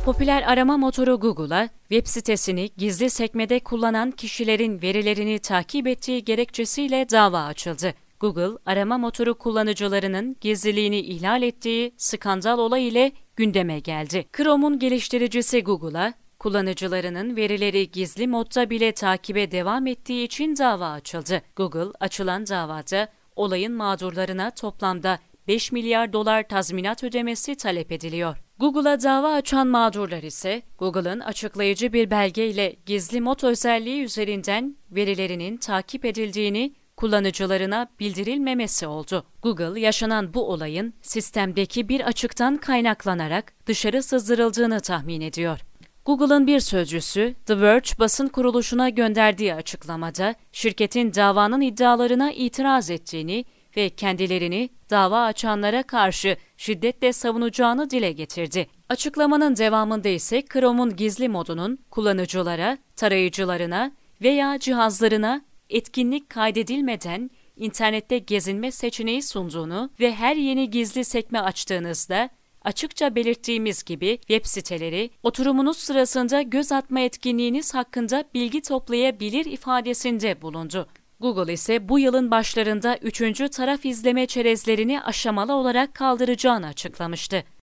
Popüler arama motoru Google'a, web sitesini gizli sekmede kullanan kişilerin verilerini takip ettiği gerekçesiyle dava açıldı. Google, arama motoru kullanıcılarının gizliliğini ihlal ettiği skandal olay ile gündeme geldi. Chrome'un geliştiricisi Google'a, kullanıcılarının verileri gizli modda bile takibe devam ettiği için dava açıldı. Google, açılan davada olayın mağdurlarına toplamda 5 milyar dolar tazminat ödemesi talep ediliyor. Google'a dava açan mağdurlar ise Google'ın açıklayıcı bir belgeyle gizli mod özelliği üzerinden verilerinin takip edildiğini kullanıcılarına bildirilmemesi oldu. Google, yaşanan bu olayın sistemdeki bir açıktan kaynaklanarak dışarı sızdırıldığını tahmin ediyor. Google'ın bir sözcüsü, The Verge basın kuruluşuna gönderdiği açıklamada şirketin davanın iddialarına itiraz ettiğini ve kendilerini dava açanlara karşı şiddetle savunacağını dile getirdi. Açıklamanın devamında ise Chrome'un gizli modunun kullanıcılara, tarayıcılarına veya cihazlarına etkinlik kaydedilmeden internette gezinme seçeneği sunduğunu ve her yeni gizli sekme açtığınızda açıkça belirttiğimiz gibi web siteleri, oturumunuz sırasında göz atma etkinliğiniz hakkında bilgi toplayabilir ifadesinde bulundu. Google ise bu yılın başlarında 3. taraf izleme çerezlerini aşamalı olarak kaldıracağını açıklamıştı.